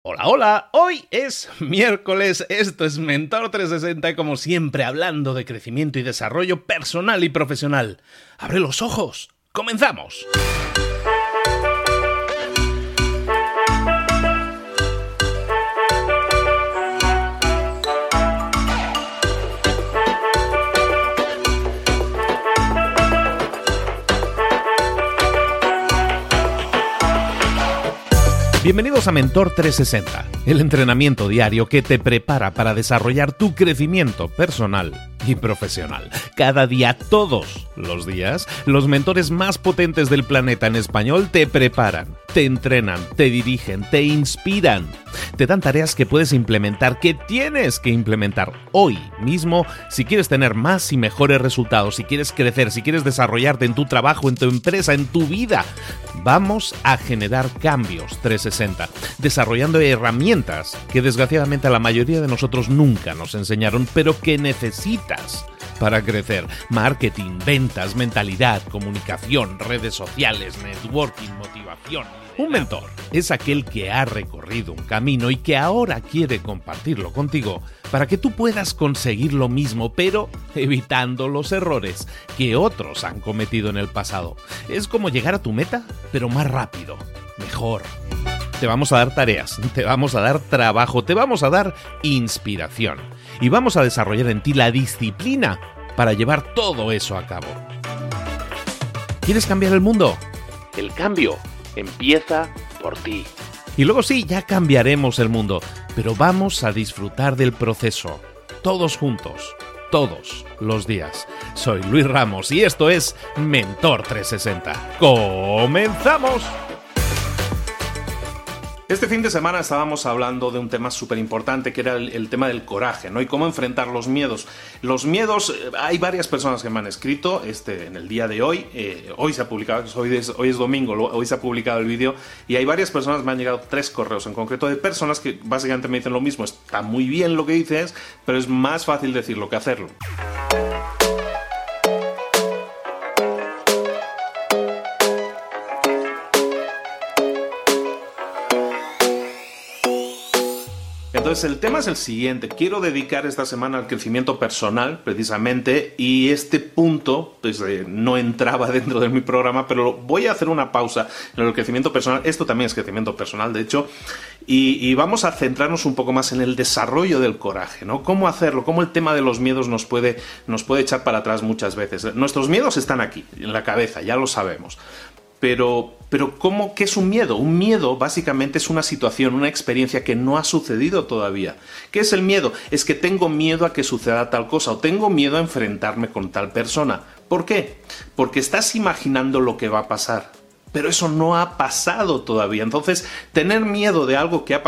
Hola, hola, hoy es miércoles, esto es Mentor 360 y como siempre hablando de crecimiento y desarrollo personal y profesional. ¡Abre los ojos! ¡Comenzamos! Bienvenidos a Mentor 360, el entrenamiento diario que te prepara para desarrollar tu crecimiento personal y profesional. Cada día, todos los días, los mentores más potentes del planeta en español te preparan, te entrenan, te dirigen, te inspiran, te dan tareas que puedes implementar, que tienes que implementar hoy mismo si quieres tener más y mejores resultados, si quieres crecer, si quieres desarrollarte en tu trabajo, en tu empresa, en tu vida. Vamos a generar cambios 360, desarrollando herramientas que desgraciadamente a la mayoría de nosotros nunca nos enseñaron, pero que necesitas para crecer. Marketing, ventas, mentalidad, comunicación, redes sociales, networking, motivación. Un mentor es aquel que ha recorrido un camino y que ahora quiere compartirlo contigo para que tú puedas conseguir lo mismo, pero evitando los errores que otros han cometido en el pasado. Es como llegar a tu meta, pero más rápido, mejor. Te vamos a dar tareas, te vamos a dar trabajo, te vamos a dar inspiración y vamos a desarrollar en ti la disciplina para llevar todo eso a cabo. ¿Quieres cambiar el mundo? El cambio empieza por ti. Y luego sí, ya cambiaremos el mundo, pero vamos a disfrutar del proceso, todos juntos, todos los días. Soy Luis Ramos y esto es Mentor 360. ¡Comenzamos! Este fin de semana estábamos hablando de un tema súper importante que era el tema del coraje, ¿no? Y cómo enfrentar los miedos. Los miedos, hay varias personas que me han escrito en el día de hoy. Hoy se ha publicado, hoy es domingo, hoy se ha publicado el vídeo y hay varias personas, me han llegado 3 correos en concreto de personas que básicamente me dicen lo mismo. Está muy bien lo que dices, pero es más fácil decirlo que hacerlo. Entonces el tema es el siguiente, quiero dedicar esta semana al crecimiento personal precisamente y este punto pues, no entraba dentro de mi programa, pero voy a hacer una pausa en el crecimiento personal, esto también es crecimiento personal de hecho, y vamos a centrarnos un poco más en el desarrollo del coraje, ¿no? ¿Cómo hacerlo? ¿Cómo el tema de los miedos nos puede echar para atrás muchas veces? Nuestros miedos están aquí, en la cabeza, ya lo sabemos. Pero ¿qué es un miedo? Un miedo básicamente es una situación, una experiencia que no ha sucedido todavía. ¿Qué es el miedo? Es que tengo miedo a que suceda tal cosa o tengo miedo a enfrentarme con tal persona. ¿Por qué? Porque estás imaginando lo que va a pasar. Pero eso no ha pasado todavía. Entonces, tener miedo de algo que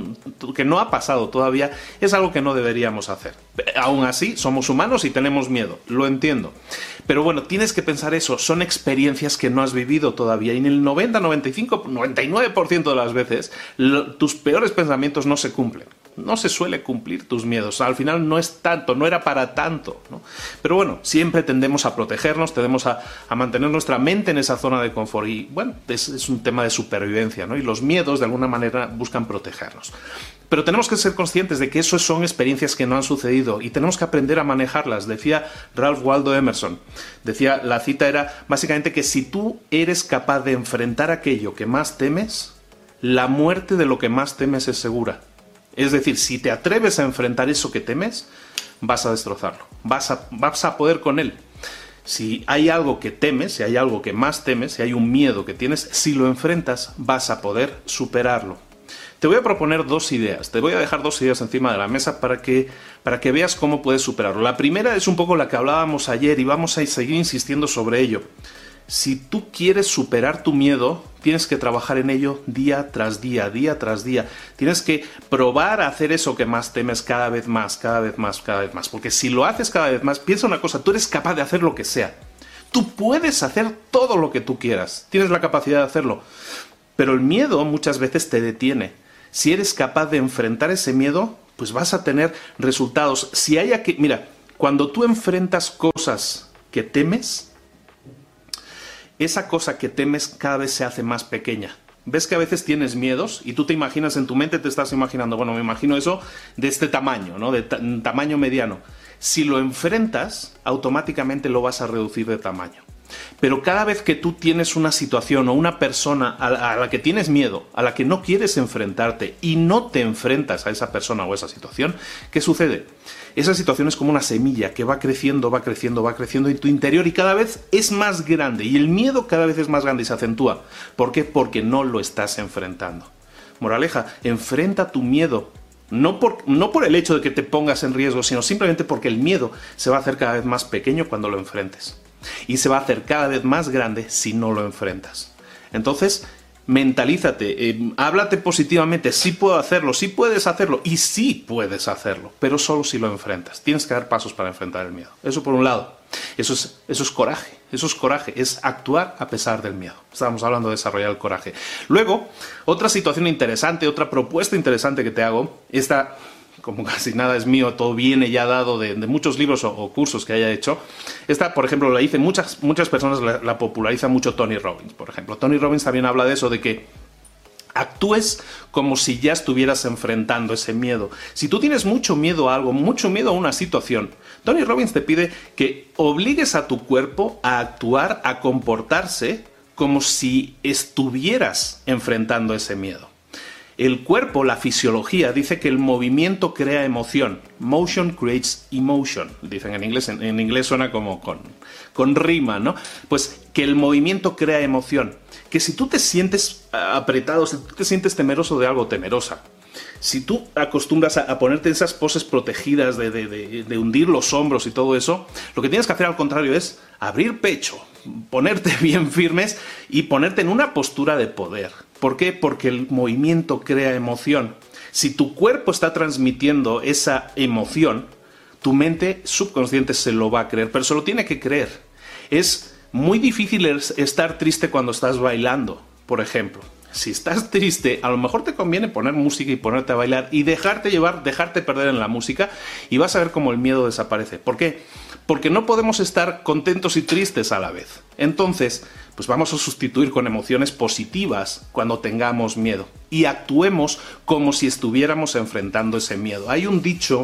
no ha pasado todavía es algo que no deberíamos hacer. Aún así, somos humanos y tenemos miedo. Lo entiendo. Pero bueno, tienes que pensar eso. Son experiencias que no has vivido todavía. Y en el 90, 95, 99% de las veces, tus peores pensamientos no se cumplen. No se suele cumplir tus miedos. Al final no es tanto, no era para tanto, ¿no? Pero bueno, siempre tendemos a protegernos, tendemos a mantener nuestra mente en esa zona de confort. Y bueno, es un tema de supervivencia, ¿no? Y los miedos de alguna manera buscan protegernos. Pero tenemos que ser conscientes de que eso son experiencias que no han sucedido y tenemos que aprender a manejarlas. Decía Ralph Waldo Emerson, la cita era básicamente que si tú eres capaz de enfrentar aquello que más temes, la muerte de lo que más temes es segura. Es decir, si te atreves a enfrentar eso que temes, vas a destrozarlo, vas a poder con él. Si hay algo que temes, si hay algo que más temes, si hay un miedo que tienes, si lo enfrentas, vas a poder superarlo. Te voy a proponer 2 ideas, te voy a dejar 2 ideas encima de la mesa para que veas cómo puedes superarlo. La primera es un poco la que hablábamos ayer y vamos a seguir insistiendo sobre ello. Si tú quieres superar tu miedo, tienes que trabajar en ello día tras día, día tras día. Tienes que probar a hacer eso que más temes cada vez más, cada vez más, cada vez más. Porque si lo haces cada vez más, piensa una cosa, tú eres capaz de hacer lo que sea. Tú puedes hacer todo lo que tú quieras. Tienes la capacidad de hacerlo. Pero el miedo muchas veces te detiene. Si eres capaz de enfrentar ese miedo, pues vas a tener resultados. Mira, cuando tú enfrentas cosas que temes, esa cosa que temes cada vez se hace más pequeña. ves que a veces tienes miedos y tú te imaginas en tu mente, te estás imaginando, bueno, me imagino eso de este tamaño, ¿no? De tamaño mediano. Si lo enfrentas, automáticamente lo vas a reducir de tamaño. Pero cada vez que tú tienes una situación o una persona a la que tienes miedo, a la que no quieres enfrentarte y no te enfrentas a esa persona o a esa situación, ¿qué sucede? Esa situación es como una semilla que va creciendo, va creciendo, va creciendo en tu interior y cada vez es más grande y el miedo cada vez es más grande y se acentúa. ¿Por qué? Porque no lo estás enfrentando. Moraleja, enfrenta tu miedo. No por el hecho de que te pongas en riesgo, sino simplemente porque el miedo se va a hacer cada vez más pequeño cuando lo enfrentes. Y se va a hacer cada vez más grande si no lo enfrentas. Entonces, mentalízate, háblate positivamente, sí puedo hacerlo, sí puedes hacerlo y sí puedes hacerlo, pero solo si lo enfrentas. Tienes que dar pasos para enfrentar el miedo. Eso por un lado. Eso es coraje, es actuar a pesar del miedo. Estábamos hablando de desarrollar el coraje. Luego, otra situación interesante, otra propuesta interesante que te hago, esta, como casi nada es mío, todo viene ya dado de muchos libros o cursos que haya hecho. Esta, por ejemplo, la hice, muchas personas la populariza mucho Tony Robbins, por ejemplo. Tony Robbins también habla de eso, de que actúes como si ya estuvieras enfrentando ese miedo. Si tú tienes mucho miedo a algo, mucho miedo a una situación, Tony Robbins te pide que obligues a tu cuerpo a actuar, a comportarse como si estuvieras enfrentando ese miedo. El cuerpo, la fisiología, dice que el movimiento crea emoción. Motion creates emotion, dicen en inglés. En inglés suena como con rima, ¿no? Pues que el movimiento crea emoción. Que si tú te sientes apretado, si tú te sientes temeroso de algo, temerosa, si tú acostumbras a ponerte en esas poses protegidas de hundir los hombros y todo eso, lo que tienes que hacer al contrario es abrir pecho, ponerte bien firmes y ponerte en una postura de poder. ¿Por qué? Porque el movimiento crea emoción. Si tu cuerpo está transmitiendo esa emoción, tu mente subconsciente se lo va a creer, pero se lo tiene que creer. Es muy difícil estar triste cuando estás bailando, por ejemplo. Si estás triste, a lo mejor te conviene poner música y ponerte a bailar y dejarte llevar, dejarte perder en la música y vas a ver cómo el miedo desaparece. ¿Por qué? Porque no podemos estar contentos y tristes a la vez. Entonces, pues vamos a sustituir con emociones positivas cuando tengamos miedo y actuemos como si estuviéramos enfrentando ese miedo. Hay un dicho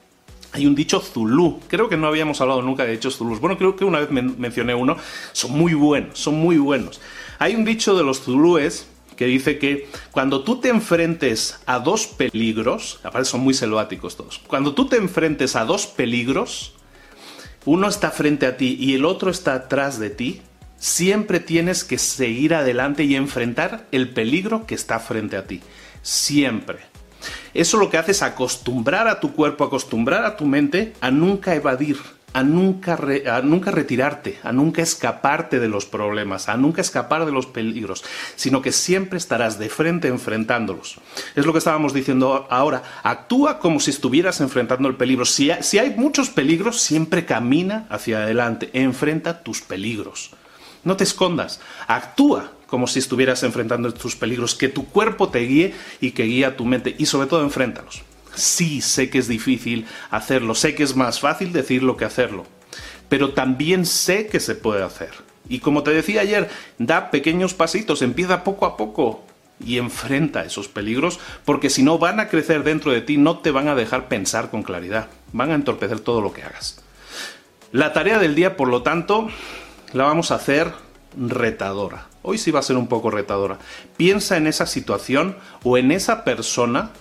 zulú, creo que no habíamos hablado nunca de dichos zulús. Bueno, creo que una vez mencioné uno, son muy buenos. Hay un dicho de los zulúes que dice que cuando tú te enfrentes a dos peligros, aparte son muy selváticos todos, cuando tú te enfrentes a dos peligros, uno está frente a ti y el otro está atrás de ti, siempre tienes que seguir adelante y enfrentar el peligro que está frente a ti. Siempre. Eso lo que hace es acostumbrar a tu cuerpo, acostumbrar a tu mente a nunca evadir, a nunca retirarte, a nunca escaparte de los problemas, a nunca escapar de los peligros, sino que siempre estarás de frente enfrentándolos. Es lo que estábamos diciendo ahora. Actúa como si estuvieras enfrentando el peligro. Si hay muchos peligros, siempre camina hacia adelante, enfrenta tus peligros. No te escondas, actúa como si estuvieras enfrentando tus peligros, que tu cuerpo te guíe y que guíe a tu mente y sobre todo enfréntalos. Sí, sé que es difícil hacerlo, sé que es más fácil decirlo que hacerlo, pero también sé que se puede hacer. Y como te decía ayer, da pequeños pasitos, empieza poco a poco y enfrenta esos peligros, porque si no van a crecer dentro de ti, no te van a dejar pensar con claridad, van a entorpecer todo lo que hagas. La tarea del día, por lo tanto, la vamos a hacer retadora. Hoy sí va a ser un poco retadora. Piensa en esa situación o en esa persona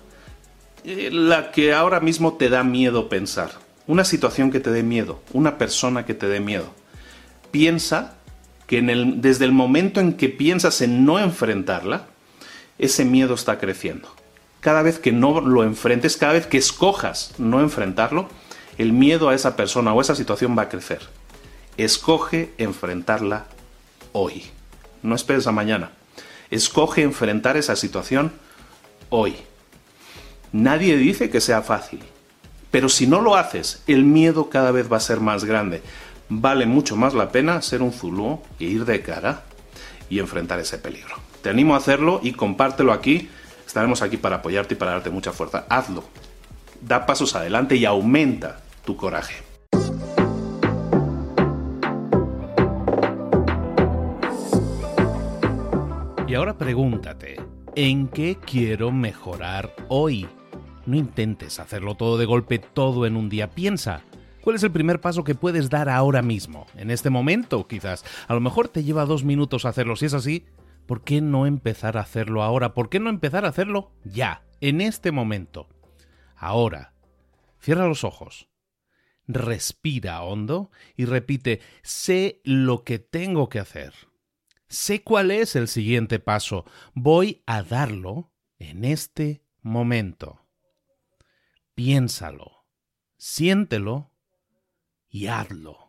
la que ahora mismo te da miedo pensar. Una situación que te dé miedo, una persona que te dé miedo. Piensa que desde el momento en que piensas en no enfrentarla, ese miedo está creciendo. Cada vez que no lo enfrentes, cada vez que escojas no enfrentarlo, el miedo a esa persona o esa situación va a crecer. Escoge enfrentarla hoy. No esperes a mañana. Escoge enfrentar esa situación hoy. Nadie dice que sea fácil, pero si no lo haces, el miedo cada vez va a ser más grande. Vale mucho más la pena ser un zulú e ir de cara y enfrentar ese peligro. Te animo a hacerlo y compártelo aquí. Estaremos aquí para apoyarte y para darte mucha fuerza. Hazlo. Da pasos adelante y aumenta tu coraje. Y ahora pregúntate, ¿en qué quiero mejorar hoy? No intentes hacerlo todo de golpe, todo en un día. Piensa, ¿cuál es el primer paso que puedes dar ahora mismo? En este momento, quizás. A lo mejor te lleva 2 minutos hacerlo. Si es así, ¿por qué no empezar a hacerlo ahora? ¿Por qué no empezar a hacerlo ya, en este momento? Ahora, cierra los ojos, respira hondo y repite, sé lo que tengo que hacer. Sé cuál es el siguiente paso. Voy a darlo en este momento. Piénsalo, siéntelo y hazlo.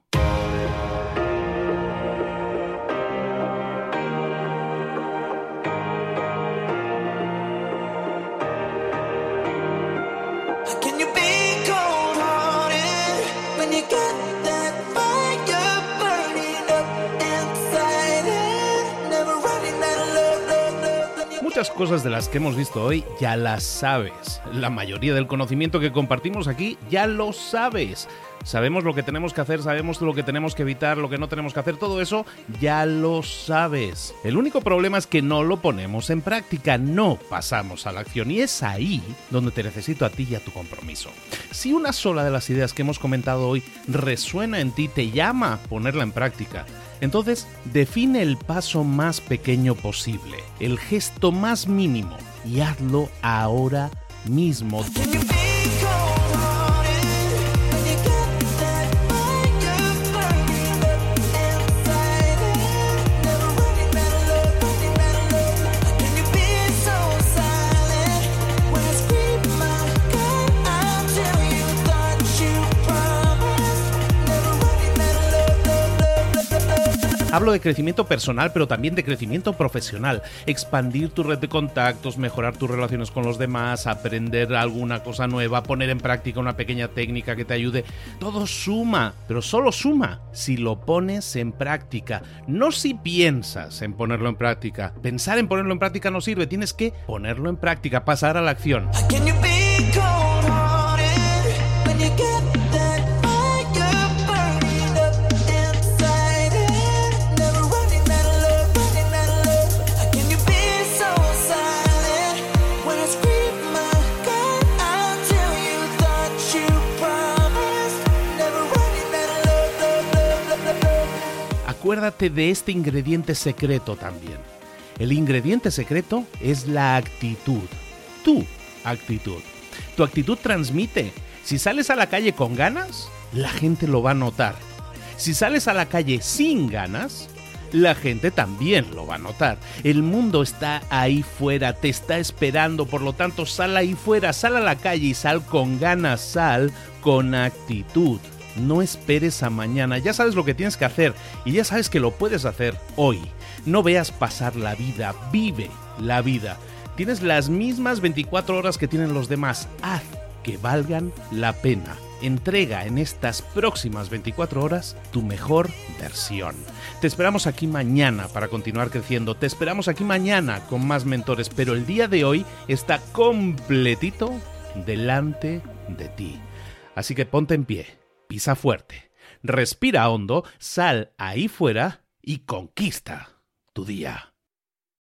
Muchas cosas de las que hemos visto hoy ya las sabes. La mayoría del conocimiento que compartimos aquí ya lo sabes. Sabemos lo que tenemos que hacer, sabemos lo que tenemos que evitar, lo que no tenemos que hacer, todo eso ya lo sabes. El único problema es que no lo ponemos en práctica, no pasamos a la acción y es ahí donde te necesito a ti y a tu compromiso. Si una sola de las ideas que hemos comentado hoy resuena en ti, te llama a ponerla en práctica, entonces define el paso más pequeño posible, el gesto más mínimo y hazlo ahora mismo. Hablo de crecimiento personal, pero también de crecimiento profesional. Expandir tu red de contactos, mejorar tus relaciones con los demás, aprender alguna cosa nueva, poner en práctica una pequeña técnica que te ayude. Todo suma, pero solo suma si lo pones en práctica. No si piensas en ponerlo en práctica. Pensar en ponerlo en práctica no sirve. Tienes que ponerlo en práctica, pasar a la acción. Acuérdate de este ingrediente secreto también. El ingrediente secreto es la actitud. Tu actitud. Tu actitud transmite. Si sales a la calle con ganas, la gente lo va a notar. Si sales a la calle sin ganas, la gente también lo va a notar. El mundo está ahí fuera, te está esperando, por lo tanto sal ahí fuera, sal a la calle y sal con ganas, sal con actitud. No esperes a mañana, ya sabes lo que tienes que hacer y ya sabes que lo puedes hacer hoy. No veas pasar la vida, vive la vida. Tienes las mismas 24 horas que tienen los demás, haz que valgan la pena. Entrega en estas próximas 24 horas tu mejor versión. Te esperamos aquí mañana para continuar creciendo, te esperamos aquí mañana con más mentores, pero el día de hoy está completito delante de ti. Así que ponte en pie. Pisa fuerte, respira hondo, sal ahí fuera y conquista tu día.